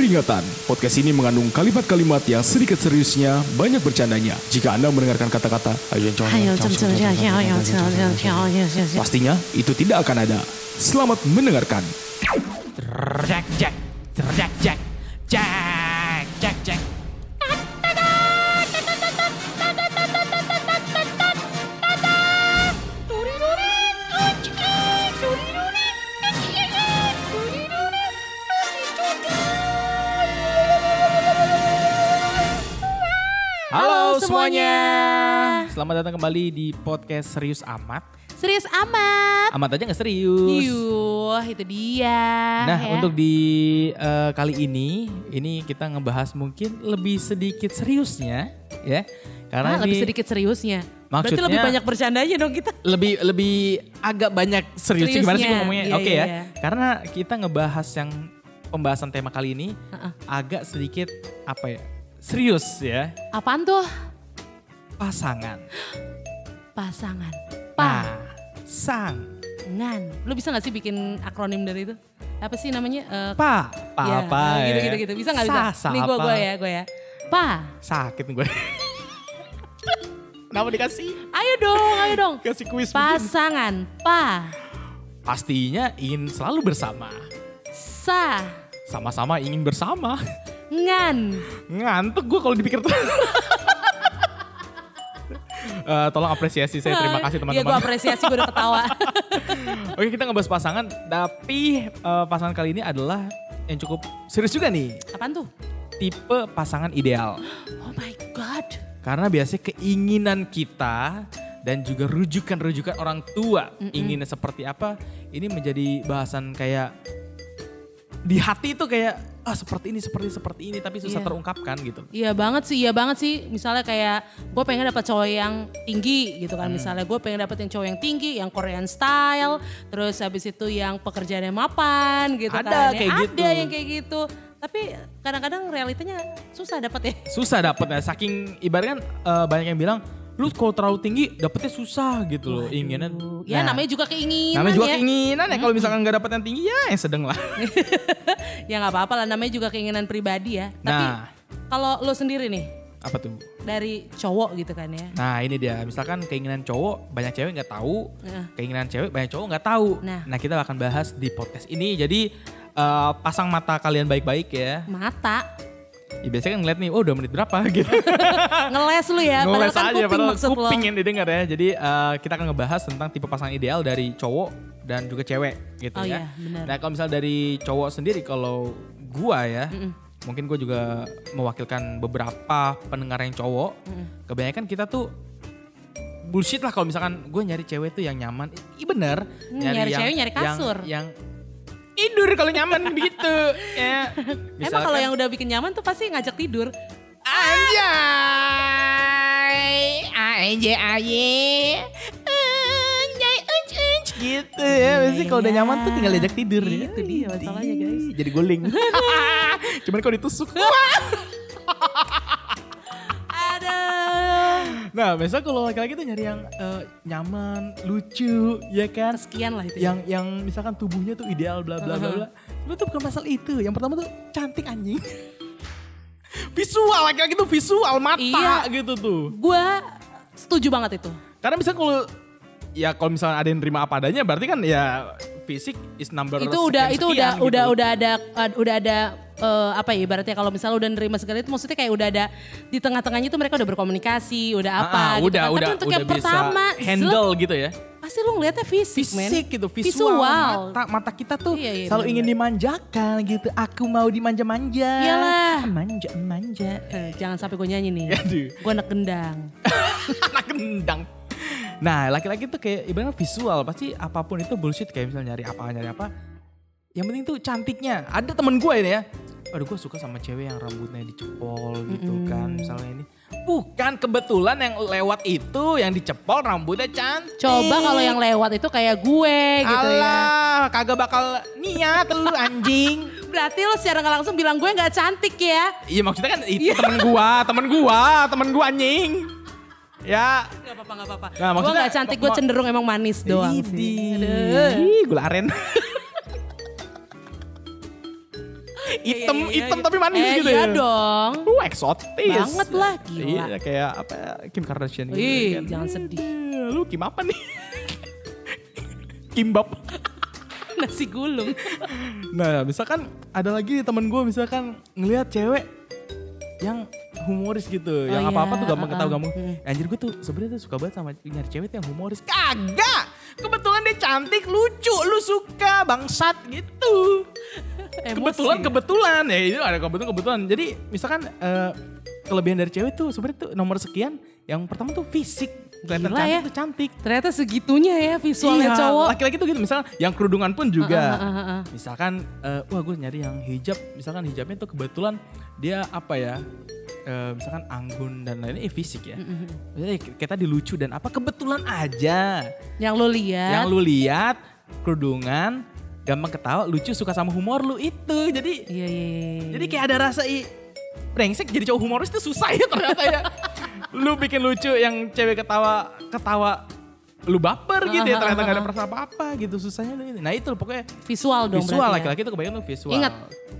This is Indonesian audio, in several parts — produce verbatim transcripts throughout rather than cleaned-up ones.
Peringatan, podcast ini mengandung kalimat-kalimat yang sedikit seriusnya, banyak bercandanya. Jika Anda mendengarkan kata-kata pastinya itu tidak akan ada. Selamat mendengarkan. Jack, Jack, Jack, Jack, Jack, Jack, Jack. Halo semuanya. Selamat datang kembali di podcast Serius Amat. Serius amat. Amat aja gak serius. Yuh, itu dia. Nah, ya. untuk di uh, kali ini, ini kita ngebahas mungkin lebih sedikit seriusnya, ya. Karena ah, lebih ini sedikit seriusnya. Maksudnya, berarti lebih banyak bercandanya dong kita. Lebih lebih agak banyak seriusnya, gimana sih gue ngomongnya? Iya, Oke iya, ya. iya. Karena kita ngebahas yang pembahasan tema kali ini Uh-uh. agak sedikit apa ya? Serius ya. Apaan tuh? Pasangan. Pasangan. Pasangan. Ngan. Lu bisa gak sih bikin akronim dari itu? Apa sih namanya? Uh, Pa, pa ya, apa ya? Gitu, gitu, gitu. Bisa gak bisa? Sa, sa Nih gue, apa? gue ya, gue ya. Pa. Sakit gue. Kenapa dikasih? Ayo dong, ayo dong. Kasih kuis Pasangan. Pa. Pastinya ingin selalu bersama. Sa. Sama-sama ingin bersama. Ngan. Ngantuk gue kalau dipikir tuh. uh, tolong apresiasi saya, terima kasih teman-teman. Iya, gue apresiasi, gue udah ketawa. Oke, kita ngebahas pasangan, tapi uh, pasangan kali ini adalah yang cukup serius juga nih. Apaan tuh? Tipe pasangan ideal. Oh my God. Karena biasanya keinginan kita dan juga rujukan-rujukan orang tua Mm-mm. inginnya seperti apa, ini menjadi bahasan kayak di hati itu kayak ah seperti ini, seperti seperti ini, tapi susah Iya. terungkapkan gitu. Iya banget sih, iya banget sih. Misalnya kayak gue pengen dapat cowok yang tinggi gitu kan. Hmm. Misalnya gue pengen dapat yang cowok yang tinggi, yang Korean style. Terus habis itu yang pekerjaannya mapan gitu Ada kan. kayak Ya, gitu. Ada yang kayak gitu. Tapi kadang-kadang realitanya susah dapat ya. Susah dapetnya, saking ibaratnya uh, banyak yang bilang, lu kalau terlalu tinggi dapetnya susah gitu loh, inginnya. Ya Nah, namanya juga keinginan namanya juga ya. keinginan ya, kalau misalkan gak dapet yang tinggi ya yang sedang lah. Ya gak apa-apa lah, namanya juga keinginan pribadi ya. Tapi Nah, kalau lo sendiri nih, apa tuh? dari cowok gitu kan ya. Nah ini dia, misalkan keinginan cowok banyak cewek gak tahu, Nah. keinginan cewek banyak cowok gak tahu. Nah. Nah kita akan bahas di podcast ini, jadi uh, pasang mata kalian baik-baik ya. Mata. Ya biasanya kan ngeliat nih, oh udah menit berapa gitu. Ngeles lu ya, padahal Ngeles kan aja, kuping padahal maksud lo. kuping yang didengar ya. Jadi uh, kita akan ngebahas tentang tipe pasangan ideal dari cowok dan juga cewek gitu Oh ya. iya, benar. Nah kalau misal dari cowok sendiri, kalau gua ya, Mm-mm. mungkin gua juga mewakilkan beberapa pendengar yang cowok. Mm-mm. Kebanyakan kita tuh bullshit lah kalau misalkan gue nyari cewek tuh yang nyaman. Iya bener. Hmm, nyari cewek nyari kasur. Yang, yang tidur kalau nyaman begitu. Ya. Emang kalau yang udah bikin nyaman tuh pasti ngajak tidur. Anjay, anjay, anjay, anjay, anjay, gitu ya. Biasanya kalau udah nyaman tuh tinggal diajak tidur. Iya, itu dia masalahnya, guys. Jadi guling. Cuman kalau ditusuk. Aduh. Nah, misalnya kalau laki-laki tuh nyari yang eh, nyaman, lucu, ya kan? Sekian lah itu. Yang yang misalkan tubuhnya tuh ideal, bla bla bla bla. Lu tuh bukan masalah itu. Yang pertama tuh cantik anjing. Visual, laki-laki tuh visual mata Iya. gitu tuh. Gue setuju banget itu. Karena misalnya kalau ya kalau misalnya ada yang terima apa adanya, berarti kan ya fisik is number Itu udah itu udah sekian-sekian udah gitu. udah ada uh, udah ada uh, apa ya ibaratnya kalau misalnya udah nerima segala itu maksudnya kayak udah ada di tengah-tengahnya itu mereka udah berkomunikasi, udah apa Ah, ah, gitu udah kan. udah Tapi untuk udah yang bisa pertama handle gitu ya. pasti lu ngeliatnya fisik, men. Fisik gitu, visual, Visual. mata mata kita tuh Iya, iya, selalu bener, ingin dimanjakan gitu. Aku mau dimanja-manja. Iyalah. Manja, manja. Eh, jangan sampai gue nyanyi nih. Aduh. Gue anak gendang. Anak gendang. Nah, laki-laki tuh kayak ibaratnya visual, pasti apapun itu bullshit, kayak misalnya nyari apa nyari apa. Yang penting tuh cantiknya. Ada temen gue ini ya. Aduh, gue suka sama cewek yang rambutnya dicepol gitu Mm-mm. kan, misalnya ini. Bukan, kebetulan yang lewat itu yang dicepol rambutnya cantik. Coba kalau yang lewat itu kayak gue gitu ya. Alah, kagak bakal niat lu anjing. Berarti lo secara gak langsung bilang gue gak cantik ya. Iya maksudnya kan itu temen gua, temen gua, temen gua anjing. Ya. Gak apa-apa, gak apa-apa. Nah, Gue maksudnya- gak cantik, gue ma- cenderung emang manis doang sih. Aduh. Ih, gula aren. Hitam, Iya, iya, hitam iya. tapi manis eh, gitu iya ya. dong. Uh, eksotis. Banget lah, gila. Iya, kayak apa ya, Kim Kardashian gitu. Wih, kan. jangan sedih. Eh, Lu Kim apa nih? Kimbab. Nasi gulung. Nah, misalkan ada lagi temen gue misalkan ngelihat cewek yang humoris gitu, yang iya, apa-apa tuh gampang uh-uh. ketawa gampang. Hmm. Anjir gue tuh sebenarnya tuh suka banget sama nyari cewek tuh yang humoris. Kagak. Kebetulan dia cantik, lucu, lu suka, bangsat gitu. Emosi. Kebetulan kebetulan ya itu ada kebetulan kebetulan. Jadi misalkan eh, kelebihan dari cewek tuh sebenarnya tuh nomor sekian. Yang pertama tuh fisik. Kelihatan Gila cantik ya. tuh cantik. Ternyata segitunya ya visualnya Iya, cowok. laki-laki tuh gitu. Misalkan yang kerudungan pun juga. Uh, uh, uh, uh. Misalkan, eh, wah gue nyari yang hijab. Misalkan hijabnya tuh kebetulan dia apa ya. eh, misalkan anggun dan lainnya eh, fisik ya. Misalnya kayak tadi lucu dan apa kebetulan aja. Yang lo lihat. Yang lu lihat kerudungan, gampang ketawa, lucu, suka sama humor lu itu. Jadi Iya, iya, iya. jadi kayak ada rasa i, brengsek jadi cowok humoris itu susah ya ternyata ya. Lu bikin lucu yang cewek ketawa ketawa lu baper gitu ya, ternyata gak ada perasaan apa-apa gitu, susahnya tuh ini. Nah itu pokoknya Visual dong visual, berarti ya. laki-laki tuh kebanyakan tuh visual. Ingat,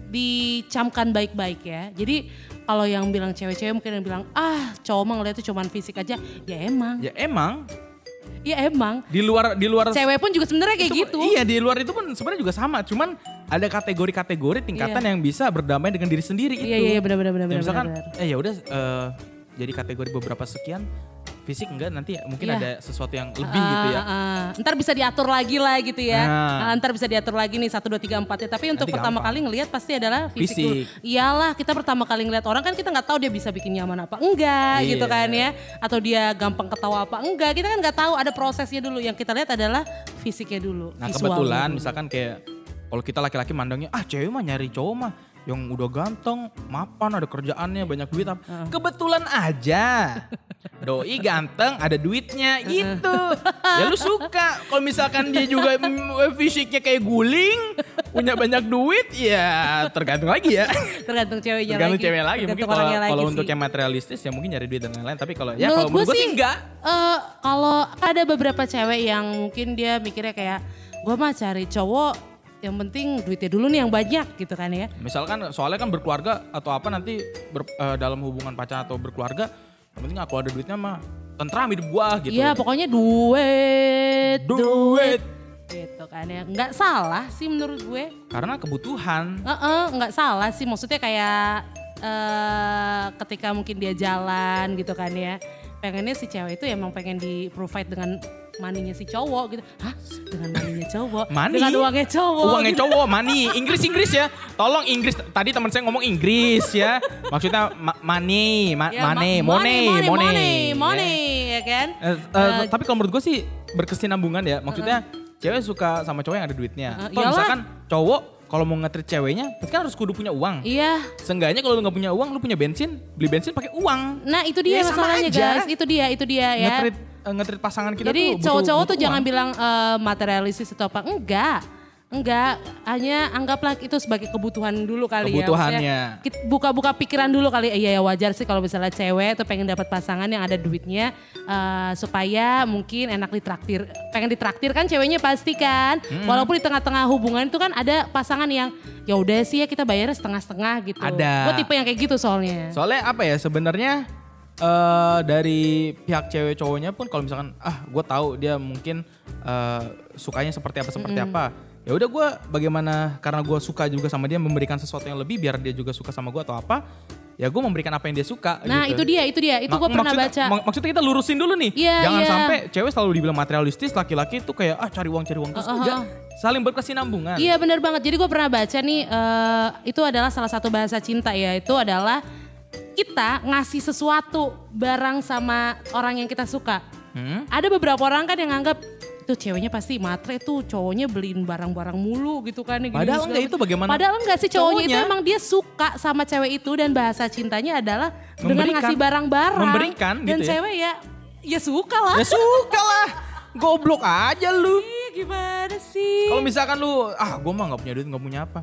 dicamkan baik-baik ya. Jadi kalau yang bilang cewek-cewek mungkin yang bilang, ah cowok mah ngeliat tuh cuman fisik aja. Ya emang, Ya emang ya emang. di luar di luar Cewek pun juga sebenarnya kayak itu- gitu. Iya, di luar itu pun sebenarnya juga sama, cuman ada kategori-kategori tingkatan Iya. yang bisa berdamai dengan diri sendiri itu. Iya, iya, iya, benar-benar. Ya, benar, misalkan benar. eh ya udah eh, jadi kategori beberapa sekian, fisik enggak, nanti mungkin Iya. ada sesuatu yang lebih gitu ya. Ah, ah. Ntar bisa diatur lagi lah gitu ya. Nah. Ah, ntar bisa diatur lagi nih satu, dua, tiga, empat ya. Tapi untuk Nanti pertama gampang. kali ngelihat pasti adalah fisik, Fisik. dulu. Iyalah kita pertama kali ngelihat orang kan kita nggak tahu dia bisa bikin nyaman apa enggak Iya. gitu kan ya. Atau dia gampang ketawa apa enggak. Kita kan nggak tahu, ada prosesnya dulu. Yang kita lihat adalah fisiknya dulu. Nah visualnya kebetulan dulu. misalkan kayak kalau kita laki-laki mandangnya ah cewek mah nyari cowok mah yang udah ganteng, mapan, ada kerjaannya, banyak duit. apa. Kebetulan aja. Doi ganteng, ada duitnya gitu. Ya lu suka. Kalau misalkan dia juga mm, fisiknya kayak guling, punya banyak duit, ya tergantung lagi ya. tergantung ceweknya Tergantung lagi. cewek lagi. Mungkin Tergantung kalau orangnya lagi kalau sih. untuk yang materialistis ya mungkin nyari duit dan lain-lain. Tapi kalau ya Menurut kalau menurut gue gue sih enggak. eh, kalau ada beberapa cewek yang mungkin dia mikirnya kayak gue mah cari cowok yang penting duitnya dulu nih yang banyak gitu kan ya. Misalkan soalnya kan berkeluarga atau apa nanti ber- eh, dalam hubungan pacaran atau berkeluarga, yang penting aku ada duitnya mah tentram hidup gua gitu. Iya pokoknya duit, Duit. gitu kan ya. Nggak salah sih menurut gue. Karena kebutuhan. Heeh, nggak salah sih, maksudnya kayak eh ketika mungkin dia jalan gitu kan ya. Pengennya si cewek itu emang pengen di provide dengan maninya si cowok gitu. Hah? Dengan maninya cowok? Money? Dengan uangnya cowok? Uangnya gitu. cowok, money. Inggris-Inggris ya. Tolong Inggris. Tadi teman saya ngomong Inggris ya. Maksudnya ma- money, ma- Ya, money, ma- money, money, money. money, Ya. money, ya kan? Eh, eh, tapi kalau menurut gue sih berkesinambungan ya. Maksudnya cewek suka sama cowok yang ada duitnya. Uh-uh, Kalau iyalah. misalkan cowok kalau mau nge-treat ceweknya, pasti kan harus kudu punya uang. Iya. Seenggaknya kalau lu nggak punya uang, lu punya bensin, beli bensin pakai uang. Nah itu dia Ya, sama masalahnya aja. guys, itu dia, itu dia ya. Nge-treat eh, nge-treat pasangan kita Jadi tuh butuh- cowok-cowok butuh tuh jangan uang. bilang eh, materialistis atau apa, enggak. Enggak, hanya anggaplah itu sebagai kebutuhan dulu kali Kebutuhannya. ya. Maksudnya kit- Buka-buka pikiran dulu kali, iya ya wajar sih kalau misalnya cewek tuh pengen dapat pasangan yang ada duitnya eh, supaya mungkin enak ditraktir. Pengen ditraktir kan ceweknya pasti kan. Walaupun di tengah-tengah hubungan itu kan ada pasangan yang ya udah sih ya kita bayarnya setengah-setengah gitu. Ada. Gue tipe yang kayak gitu soalnya. Soalnya apa ya sebenarnya eh dari pihak cewek cowoknya pun kalau misalkan ah gue tahu dia mungkin eh, sukanya seperti apa seperti apa. Ya udah gue bagaimana karena gue suka juga sama dia memberikan sesuatu yang lebih biar dia juga suka sama gue atau apa. Ya gue memberikan apa yang dia suka. Nah gitu. itu dia, itu dia, itu Ma- gue pernah maksudnya- baca. mak- maksudnya kita lurusin dulu nih. Iya, Jangan iya. sampai cewek selalu dibilang materialistis, laki-laki tuh kayak ah cari uang cari uang terus Uh, uh, enggak. uh. Saling berkesinambungan. Iya benar banget. Jadi gue pernah baca nih, eh, itu adalah salah satu bahasa cinta ya. Itu adalah kita ngasih sesuatu barang sama orang yang kita suka. Hmm? Ada beberapa orang kan yang nganggap itu ceweknya pasti matre tuh cowoknya beliin barang-barang mulu gitu kan. Gini, Padahal segala enggak, macam. itu bagaimana Padahal enggak sih cowoknya itu cowoknya. emang dia suka sama cewek itu dan bahasa cintanya adalah dengan Memberikan. ngasih barang-barang. Memberikan Dan gitu ya. cewek ya, ya suka lah. Ya suka lah. Goblok aja lu. Iya gimana sih? Kalau misalkan lu, ah gue mah gak punya duit, gak punya apa.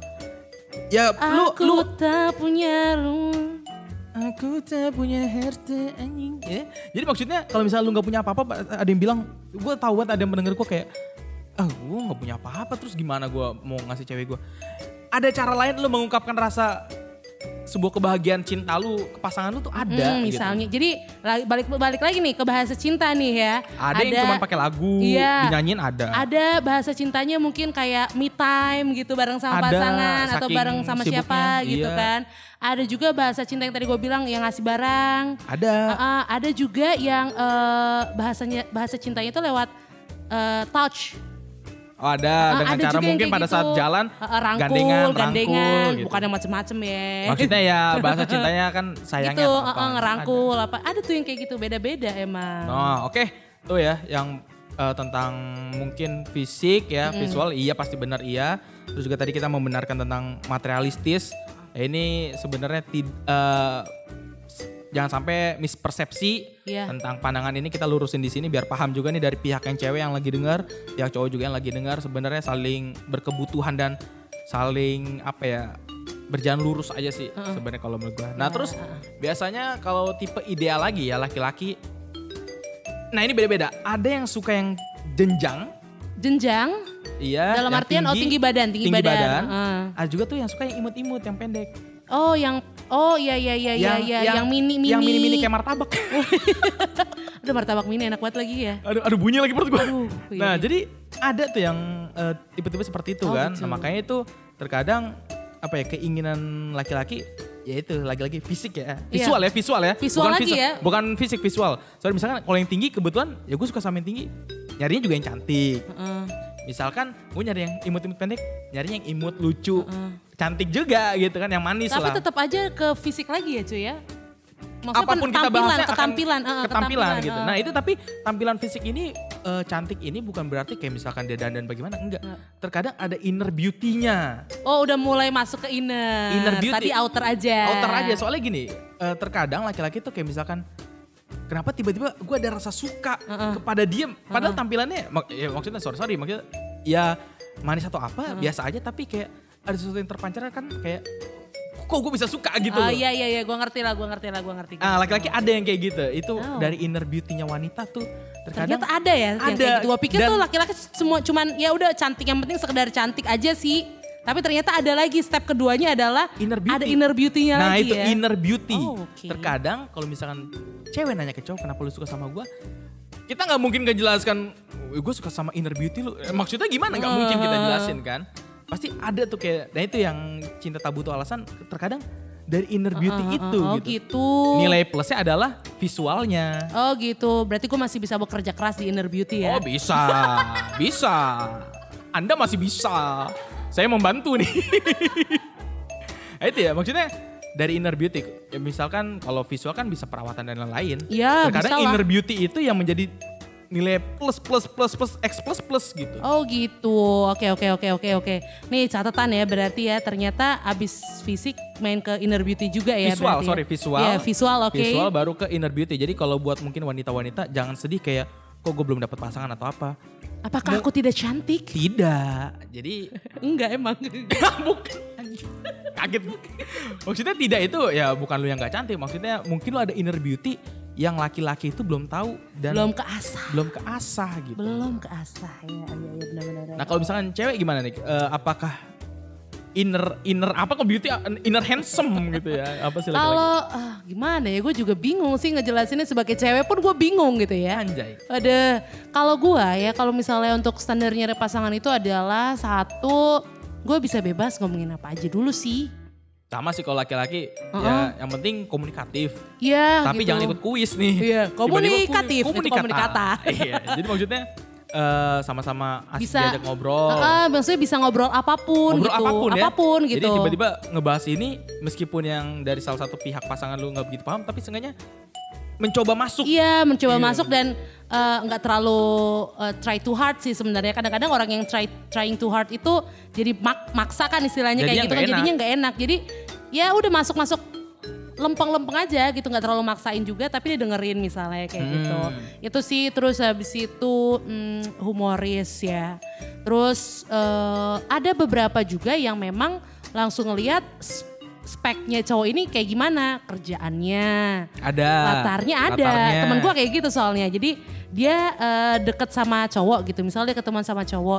Ya lu, Aku lu. tak punya rumah. Aku tak punya harta anjing. Ya. Jadi maksudnya kalau misalnya lu gak punya apa-apa, ada yang bilang, gue tahu banget ada yang mendengar gue kayak, ah gue gak punya apa-apa terus gimana gue mau ngasih cewek gue. ada cara lain lu mengungkapkan rasa sebuah kebahagiaan cinta lu ke pasangan lu tuh ada Hmm, gitu. misalnya, jadi la- balik balik lagi nih ke bahasa cinta nih ya. Ada, yang cuma pakai lagu, Iya. dinyanyiin ada. Ada bahasa cintanya mungkin kayak me time gitu bareng sama Ada, pasangan atau saking bareng sama sibuknya, siapa gitu iya. kan. Ada juga bahasa cinta yang tadi gue bilang yang ngasih barang. Ada. Uh, uh, ada juga yang uh, bahasanya bahasa cintanya itu lewat uh, touch. Oh ada, Uh, dengan ada cara juga yang mungkin kayak pada gitu. saat jalan Uh, uh, rangkul, gandengan, gandengan, rangkul gitu. bukan yang macem-macem ya. Maksudnya ya bahasa cintanya kan sayangnya gitu, atau uh, apa. uh, ngerangkul apa. Ada tuh yang kayak gitu, beda-beda emang. Oh oke, tuh ya yang eh, tentang mungkin fisik ya, visual iya pasti benar iya. Terus juga tadi kita membenarkan tentang materialistis. Ya, ini sebenarnya tid- eh, jangan sampai mispersepsi Iya. tentang pandangan ini, kita lurusin di sini biar paham juga nih dari pihak yang cewek yang lagi dengar, pihak cowok juga yang lagi dengar, sebenarnya saling berkebutuhan dan saling apa ya, berjalan lurus aja sih sebenarnya kalau menurut gua. Nah, terus biasanya kalau tipe ideal lagi ya laki-laki, nah ini beda-beda. Ada yang suka yang jenjang, Jenjang iya. dalam yang artian oh tinggi badan, tinggi, badan. Uh. Ada juga tuh yang suka yang imut-imut, yang pendek. Oh yang oh iya iya iya iya iya yang, mini mini. Yang mini-mini kayak martabak. Aduh martabak mini enak banget lagi ya. aduh, aduh bunyi lagi perut gua. Aduh, iya. Nah, jadi ada tuh yang eh, tipe-tipe seperti itu Oh, kan. gitu. Nah, makanya itu terkadang apa ya, keinginan laki-laki ya itu lagi-lagi fisik ya. Visual ya, visual ya. Visual bukan lagi fisik, ya. Bukan fisik, visual. Soalnya misalkan kalau yang tinggi kebetulan ya gue suka sama yang tinggi. Nyarinya juga yang cantik. Heeh. Misalkan gue nyari yang imut-imut pendek, nyarinya yang imut, lucu, cantik juga gitu kan, yang manis Tapi lah. tetap aja ke fisik lagi ya cuy ya. Maksudnya Apapun kita tampilan, bahasnya akan ketampilan, uh, ketampilan gitu. uh. Nah itu tapi tampilan fisik ini uh, cantik ini bukan berarti kayak misalkan dia dandan bagaimana, enggak. Terkadang ada inner beauty-nya. Oh udah mulai masuk ke inner. Inner beauty. Tadi outer aja. Outer aja, soalnya gini, uh, terkadang laki-laki tuh kayak misalkan kenapa tiba-tiba gue ada rasa suka Uh-uh. kepada dia, padahal tampilannya, mak- ya maksudnya sorry sorry, maksudnya ya manis atau apa biasa aja, tapi kayak ada sesuatu yang terpancar kan kayak kok gue bisa suka gitu Oh loh. iya iya iya gue ngerti lah gue ngerti lah gue ngerti. Ah, laki-laki ada yang kayak gitu. Itu Oh. dari inner beauty-nya wanita tuh terkadang Ternyata ada ya yang ada. kayak gitu. Gue pikir Dan- tuh laki-laki semua cuman ya udah cantik, yang penting sekedar cantik aja sih. Tapi ternyata ada lagi step keduanya adalah inner beauty. ada inner beauty-nya nah, lagi itu ya. inner beauty. Oh, oke. Terkadang kalau misalkan cewek nanya ke cowok kenapa lu suka sama gue, kita nggak mungkin ngejelaskan gue suka sama inner beauty lu. Eh, maksudnya gimana? Nggak mungkin kita jelasin kan. Pasti ada tuh kayak, nah itu yang cinta tak butuh alasan. Terkadang dari inner beauty Uh, uh, itu oh gitu. gitu. Nilai plusnya adalah visualnya. Oh gitu. Berarti gue masih bisa bekerja keras di inner beauty ya. Oh bisa, bisa. Anda masih bisa. Saya membantu nih. Nah, itu ya maksudnya dari inner beauty. Ya, misalkan kalau visual kan bisa perawatan dan lain-lain. Iya, Terkadang bisa lah. inner beauty itu yang menjadi nilai plus plus plus plus x plus plus gitu. Oh gitu, oke oke oke oke oke. Nih catatan ya berarti ya ternyata abis fisik main ke inner beauty juga ya Visual, berarti. sorry ya. visual. Ya visual oke. Visual baru ke inner beauty. Jadi kalau buat mungkin wanita-wanita jangan sedih kayak kok gue belum dapat pasangan atau apa. Apakah aku tidak cantik? Tidak. Jadi Enggak emang. bukan. Kaget. Maksudnya tidak itu ya bukan lu yang gak cantik. Maksudnya mungkin lu ada inner beauty yang laki-laki itu belum tahu dan Belum keasah. belum keasah gitu. Belum keasah ya, ya, ya benar-benar. Nah kalau misalkan cewek gimana nih? Eh, apakah inner inner apa kok beauty inner handsome gitu ya? Apa sih laki-laki? Kalau ah, gimana ya, gue juga bingung sih ngejelasinnya, sebagai cewek pun gue bingung gitu ya. Anjay. Ada, kalau gue ya, kalau misalnya untuk standarnya pasangan itu adalah satu, gue bisa bebas ngomongin apa aja dulu sih. Sama sih kalau laki-laki Uh-uh. ya yang penting komunikatif. Iya Tapi gitu. jangan ikut kuis nih. Iya, Tiba-tiba komunikatif, kuis- itu komunikata. Iya, jadi maksudnya eh, sama-sama asik Bisa, diajak ngobrol. Uh, maksudnya bisa ngobrol apapun Ngobrol gitu. apapun ya. Apapun gitu. Jadi tiba-tiba ngebahas ini meskipun yang dari salah satu pihak pasangan lu nggak begitu paham, tapi seenggaknya mencoba masuk. Iya, mencoba Iya. masuk dan eh, nggak terlalu eh, try too hard sih sebenarnya. Kadang-kadang orang yang try trying too hard itu jadi mak maksa kan istilahnya Jadinya kayak gitu nggak kan, jadinya nggak enak. Jadi ya udah masuk-masuk lempeng-lempeng aja gitu, nggak terlalu maksain juga tapi dia dengerin misalnya kayak Hmm. gitu. Itu sih, terus habis itu hmm, humoris ya. Terus eh, ada beberapa juga yang memang langsung ngelihat speknya cowok ini kayak gimana, kerjaannya, Ada. latarnya ada. Latarnya. Temen gue kayak gitu soalnya. Jadi dia eh, deket sama cowok gitu. Misalnya dia ketemuan sama cowok.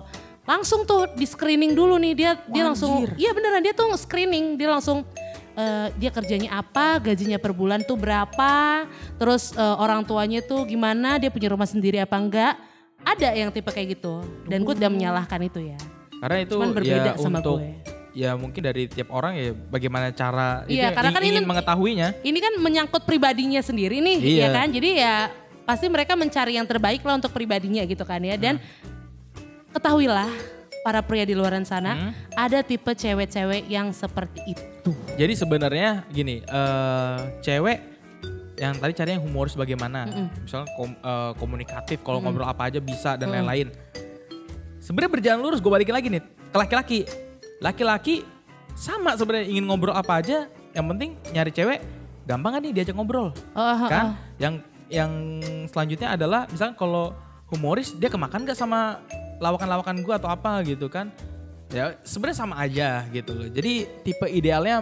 langsung tuh di screening dulu nih dia dia Wah, langsung anjir. iya beneran dia tuh screening dia langsung eh, dia kerjanya apa gajinya per bulan tuh berapa terus eh, orang tuanya tuh gimana dia punya rumah sendiri apa enggak ada yang tipe kayak gitu dan gue tidak menyalahkan itu ya Karena itu cuman berbeda ya sama untuk gue. ya mungkin dari tiap orang ya bagaimana cara Iya, itu karena ing- kan ini- ingin mengetahuinya. Ini kan menyangkut pribadinya sendiri nih, Iya. ya kan? Jadi ya pasti mereka mencari yang terbaik lah untuk pribadinya gitu kan ya. Dan ketahuilah para pria di luar sana, Hmm. ada tipe cewek-cewek yang seperti itu. Jadi sebenarnya gini, eh cewek yang tadi cari yang humoris bagaimana, misalnya kom- eh, komunikatif, kalau ngobrol apa aja bisa dan lain-lain. Sebenarnya berjalan lurus, gue balikin lagi nih ke laki-laki. Laki-laki sama sebenarnya ingin ngobrol apa aja, yang penting nyari cewek gampang kan nih diajak ngobrol, Oh, kan? Yang yang selanjutnya adalah misalnya kalau humoris dia kemakan gak sama lawakan-lawakan gue atau apa gitu kan? Ya sebenarnya sama aja gitu loh. Jadi tipe idealnya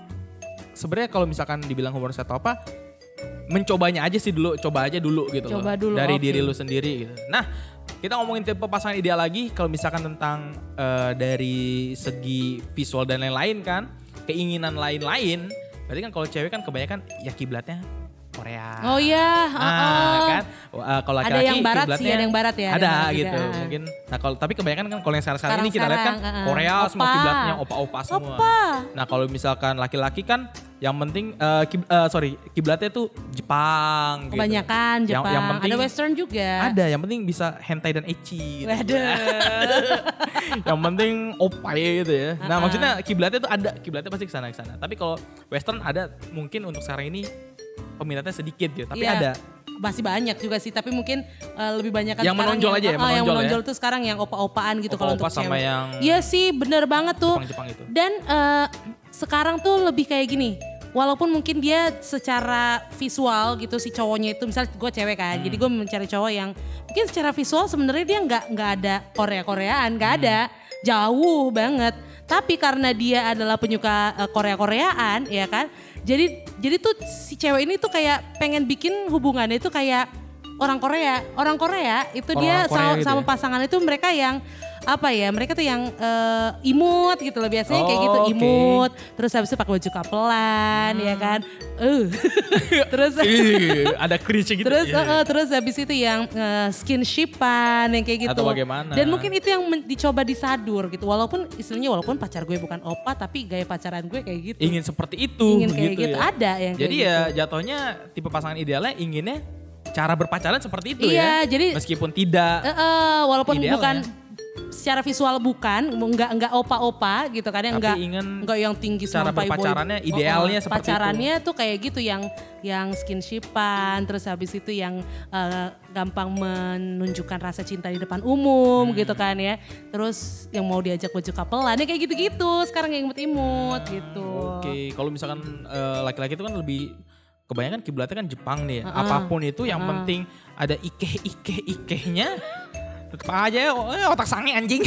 sebenarnya kalau misalkan dibilang humoris atau apa, mencobanya aja sih dulu, coba aja dulu gitu Coba loh. dulu, Dari oke. diri lu sendiri gitu. Nah, kita ngomongin tipe pasangan ideal lagi kalau misalkan tentang eh, dari segi visual dan lain-lain kan, keinginan lain-lain. Berarti kan kalau cewek kan kebanyakan ya kiblatnya Korea. Oh iya, Nah, oh. kan uh, kalau Ada laki-laki yang barat sih, kiblatnya ada yang barat ya, ada Ada yang barat gitu juga, ah. mungkin. Nah, kalau tapi kebanyakan kan kalau yang sekarang-sekarang ini kita lihat kan Sekarang-sekarang, ah. Korea semua Opa. kiblatnya opa-opa semua. Opa. Nah, kalau misalkan laki-laki kan yang penting eh, kib- eh, sorry, kiblatnya tuh Jepang gitu. Kebanyakan Yang- Jepang, yang penting- ada western juga. Ada, yang penting bisa hentai dan ecchi gitu. Waduh. Yang penting opai gitu ya. Nah, Uh-uh. maksudnya kiblatnya tuh ada, kiblatnya pasti kesana kesana. Tapi kalau western ada mungkin untuk sekarang ini peminatnya sedikit gitu, tapi Iya, ada. Masih banyak juga sih, tapi mungkin eh, lebih banyak kan Yang sekarang menonjol aja ya, ah, yang menonjol ya. menonjol tuh sekarang yang opa-opaan gitu kalau Opa-opa untuk sama cewek. yang Iya sih, bener banget tuh. Jepang-Jepang itu. Dan eh, sekarang tuh lebih kayak gini. Walaupun mungkin dia secara visual gitu si cowoknya itu, misalnya gue cewek kan, Hmm. jadi gue mencari cowok yang mungkin secara visual sebenarnya dia nggak nggak ada Korea-Koreaan, nggak Hmm. ada, jauh banget. Tapi karena dia adalah penyuka eh, Korea-Koreaan, ya kan, jadi jadi tuh si cewek ini tuh kayak pengen bikin hubungannya itu kayak orang Korea, orang Korea itu dia Orang Korea sama, gitu sama ya? pasangan itu mereka yang apa ya, mereka tuh yang eh, imut gitu loh biasanya kayak Oh, gitu, oke. imut, terus habis itu pakai baju kapelan ya kan, eh terus Ih, ada cringe gitu. terus Iya, iya. eh, terus habis itu yang eh, skinshipan yang kayak gitu. Atau bagaimana. Dan mungkin itu yang men- dicoba disadur gitu, walaupun istilahnya walaupun pacar gue bukan opa tapi gaya pacaran gue kayak gitu. Ingin seperti itu Ingin kayak gitu, ya. ada yang kayak Jadi gitu. ya jatuhnya tipe pasangan idealnya inginnya cara berpacaran seperti itu Iya, ya. jadi- meskipun tidak Eh, eh, walaupun Idealnya. bukan secara visual bukan, enggak enggak opa-opa gitu kan, Tapi enggak ingin enggak yang tinggi cara sampai boy. berpacarannya Oh, oh, idealnya seperti itu. pacarannya tuh kayak gitu yang yang skinshipan, terus habis itu yang eh, gampang menunjukkan rasa cinta di depan umum Hmm. gitu kan ya. Terus yang mau diajak baju kapelan ya kayak gitu-gitu. Sekarang yang imut-imut gitu. Oke, kalau misalkan eh, laki-laki itu kan lebih kebanyakan kiblatnya kan Jepang nih. ya. Uh-uh. Apapun itu yang Uh-uh. penting ada ikeh-ikeh-ikehnya. Tetep aja ya, oh, eh, otak sange anjing.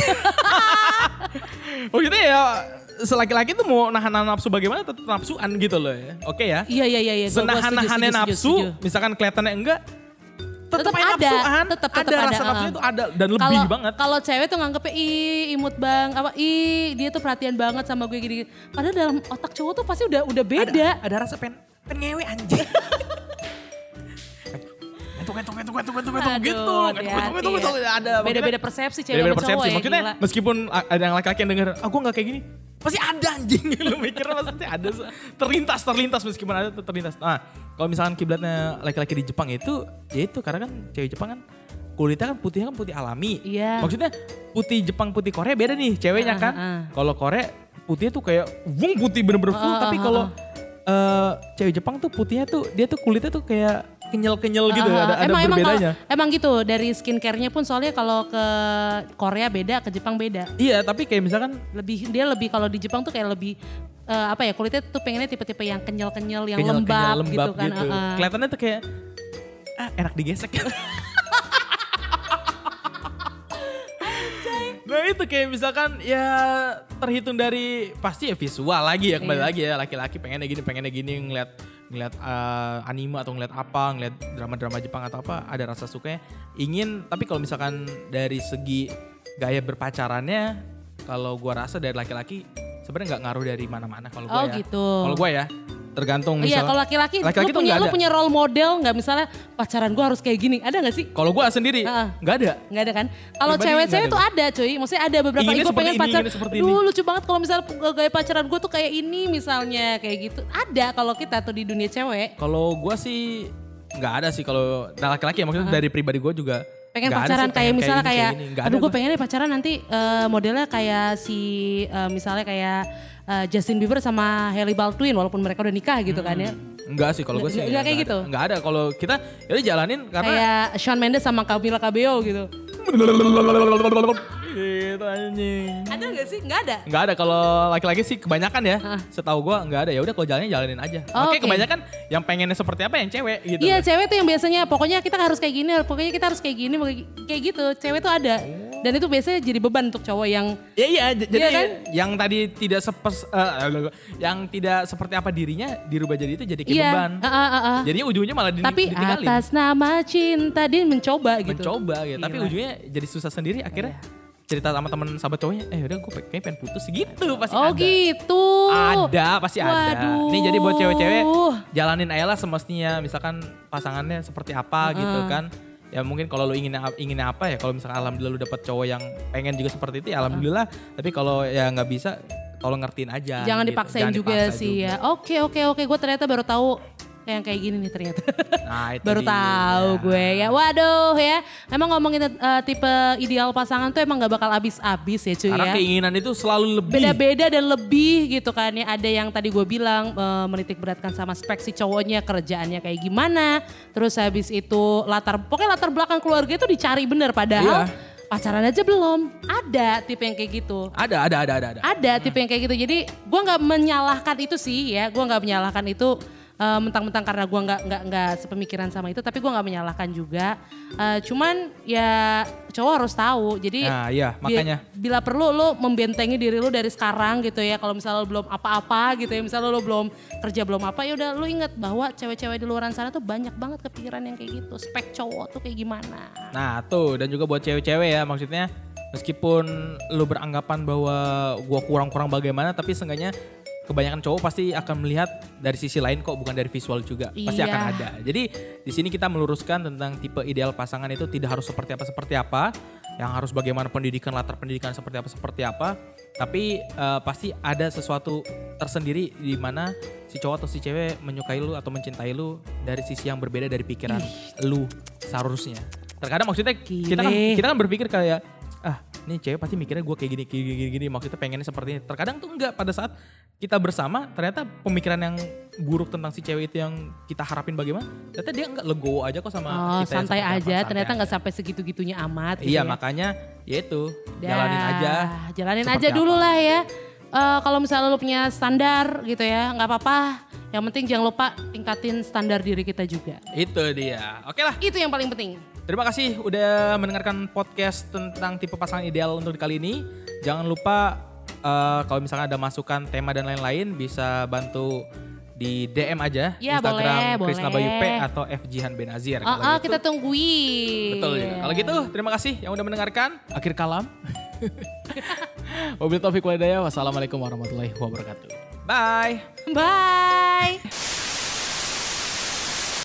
Oh gitu ya, selaki-laki tuh mau nahan nafsu bagaimana tetap nafsuan gitu loh ya. Oke ya. Iya iya iya iya. Gua- gua setuju, Senahan-nahannya setuju, nafsu, setuju, setuju. misalkan kelihatannya enggak, tetap Tetep aja ada, nafsuan. tetep- tetep ada ada, rasa uh-uh. nafsunya itu ada dan lebih Kalau- banget. Kalau cewek tuh nganggepnya ih imut bang, apa ih dia tuh perhatian banget sama gue gini. Padahal dalam otak cowok tuh pasti udah udah beda. Ada, ada rasa pen, pen ngewe anjing. Entuk, entuk, entuk, entuk, entuk, entuk, Aduh, gitu. Entuk, hati-hati entuk, entuk, entuk, ya. ada. Beda-beda persepsi cewek Beda-beda sama cowok persepsi. ya, Maksudnya gila. meskipun a- ada yang laki-laki yang denger, ah gue gak kayak gini. Pasti ada anjing. Lu mikirnya maksudnya ada. Terlintas, terlintas meskipun ada terlintas. Nah kalau misalkan kiblatnya laki-laki di Jepang itu, ya itu karena kan cewek Jepang kan kulitnya kan putihnya kan putih alami. Iya. Maksudnya putih Jepang, putih Korea beda nih ceweknya Ah, kan. ah, ah. Kalau Korea putihnya tuh kayak wung putih bener-bener full. Ah, ah, Tapi ah, kalau ah. eh, cewek Jepang tuh putihnya tuh dia tuh kulitnya tuh kayak kenyal-kenyal gitu. Uh, Ada, ada emang, emang, berbedanya. kalau- emang gitu dari skincare-nya pun soalnya kalau ke Korea beda, ke Jepang beda. Iya tapi kayak misalkan Lebih dia lebih kalau di Jepang tuh kayak lebih eh, apa ya, kulitnya tuh pengennya tipe-tipe yang kenyal-kenyal, yang kenyal, lembab, kenyal, gitu kan. uh, uh. Kelihatannya tuh kayak ah enak digesek. Nah itu kayak misalkan ya terhitung dari pasti ya visual lagi ya kembali Iya. lagi ya laki-laki pengennya gini pengennya gini ngeliat ngeliat uh, anime atau ngeliat apa ngeliat drama-drama Jepang atau apa ada rasa sukanya ingin tapi kalau misalkan dari segi gaya berpacarannya kalau gue rasa dari laki-laki sebenarnya nggak ngaruh dari mana-mana kalau gue Oh ya. gitu. Kalau gue ya tergantung Iya misalnya. kalau laki-laki, laki-laki lu tuh punya nggak lu ada. punya role model nggak misalnya pacaran gue harus kayak gini, ada nggak sih? Kalau gue sendiri Heeh. nggak ada. Nggak ada kan? Kalau Pribadi cewek-cewek nggak tuh ada. ada cuy, maksudnya ada beberapa Inginnya gue seperti pengen ini, pacar. inginnya seperti Aduh ini. lucu banget kalau misalnya gaya pacaran gue tuh kayak ini misalnya kayak gitu. Ada kalau kita tuh di dunia cewek. Kalau gue sih nggak ada sih kalau nah, laki-laki ya maksudnya dari pribadi gue juga Pengen nggak ada pacaran sih, kayak pengen misalnya ini, kayak, ini. Nggak aduh ada gue gua. pengennya pacaran nanti eh, modelnya kayak si eh, misalnya kayak eh, Justin Bieber sama Hailey Baldwin walaupun mereka udah nikah gitu kan ya. Enggak sih kalau gue sih Nggak- nggak kayak gitu? ada. Nggak ada kalau kita ya udah jalanin karena Kayak Shawn Mendes sama Camila Cabello gitu. gitu anjing. Ada gak sih? Nggak ada. Nggak ada kalau laki-laki sih kebanyakan ya. Setahu gue nggak ada. Ya udah kalau jalannya jalanin aja. Oh, Makanya oke. kebanyakan yang pengennya seperti apa yang cewek gitu. Iya cewek tuh yang biasanya pokoknya kita harus kayak gini, pokoknya kita harus kayak gini, pokoknya kayak gitu. Cewek tuh ada. Dan itu biasanya jadi beban untuk cowok yang Iya iya, j- jadi Iya kan? yang tadi tidak sepes, eh, yang tidak seperti apa dirinya dirubah jadi itu jadi kayak iya. beban. uh, uh, uh, uh. Jadinya ujungnya malah di, Tapi ditinggalin. atas nama cinta dia mencoba gitu. Mencoba gitu, tapi Gila. ujungnya jadi susah sendiri akhirnya cerita sama temen sahabat cowoknya, eh udah gue kayaknya pengen putus gitu pasti Oh ada. gitu. Ada, pasti ada. Waduh. Nih jadi buat cewek-cewek jalanin aja lah semestinya, misalkan pasangannya seperti apa gitu kan. Ya mungkin kalau lu ingin inginnya apa ya, kalau misalkan alhamdulillah lu dapet cowok yang pengen juga seperti itu ya alhamdulillah. Tapi kalau ya nggak bisa, tolong ngertiin aja. Jangan gitu. dipaksain Jangan juga dipaksa sih juga. ya. Oke oke oke, gue ternyata baru tahu yang kayak gini nih ternyata. Nah, itu Baru dia. tahu gue ya. Waduh ya. Emang ngomongin uh, tipe ideal pasangan tuh emang gak bakal habis-habis ya cuy Karena ya. keinginan itu selalu lebih. Beda-beda dan lebih gitu kan ya. Ada yang tadi gue bilang uh, menitik beratkan sama spek si cowoknya, kerjaannya kayak gimana. Terus habis itu latar, pokoknya latar belakang keluarga itu dicari bener padahal. Iya. Pacaran aja belum. Ada tipe yang kayak gitu. Ada, ada, ada, ada, ada. Ada tipe yang kayak gitu. Jadi gue nggak menyalahkan itu sih ya. Gue nggak menyalahkan itu eh, mentang-mentang karena gue nggak nggak nggak sepemikiran sama itu. Tapi gue nggak menyalahkan juga. Eh, cuman ya cowok harus tahu. Jadi Nah iya bi- makanya. bila perlu lu membentengi diri lu dari sekarang gitu ya. Kalau misalnya lu belum apa-apa gitu ya. Misalnya lu belum kerja belum apa ya udah lu inget bahwa cewek-cewek di luaran sana tuh banyak banget kepikiran yang kayak gitu. Spek cowok tuh kayak gimana. Nah tuh dan juga buat cewek-cewek ya maksudnya meskipun lu beranggapan bahwa gua kurang-kurang bagaimana tapi seenggaknya kebanyakan cowok pasti akan melihat dari sisi lain kok bukan dari visual juga pasti Iya. akan ada. Jadi di sini kita meluruskan tentang tipe ideal pasangan itu tidak harus seperti apa seperti apa, yang harus bagaimana pendidikan latar pendidikan seperti apa seperti apa, tapi eh, pasti ada sesuatu tersendiri di mana si cowok atau si cewek menyukai lu atau mencintai lu dari sisi yang berbeda dari pikiran lu seharusnya. Terkadang maksudnya kita kan Gile. kita kan berpikir kayak ah nih cewek pasti mikirnya gue kayak gini gini gini gini maksudnya pengennya seperti ini. Terkadang tuh enggak, pada saat kita bersama ternyata pemikiran yang buruk tentang si cewek itu yang kita harapin bagaimana ternyata dia enggak legowo aja kok sama Oh kita yang santai seperti apa, aja, santai ternyata aja. nggak sampai segitu-gitunya amat. gitu Iya ya. makanya ya itu Dah, jalanin aja. Jalanin seperti aja dulu apa. lah ya. Eh, kalau misalnya lu punya standar gitu ya, nggak apa-apa. Yang penting jangan lupa tingkatin standar diri kita juga. Itu dia. Oke lah. Itu yang paling penting. Terima kasih udah mendengarkan podcast tentang tipe pasangan ideal untuk kali ini. Jangan lupa eh, kalau misalnya ada masukan tema dan lain-lain bisa bantu di D M aja Ya, Instagram boleh, Krisna boleh. Bayu P atau F Jihan Benazir. Oh, Kalau oh, gitu. kita tungguin. Betul juga. Kalau gitu terima kasih yang udah mendengarkan. Akhir kalam. Wabillahi taufiq walhidayah. Wassalamualaikum warahmatullahi wabarakatuh. Bye. Bye.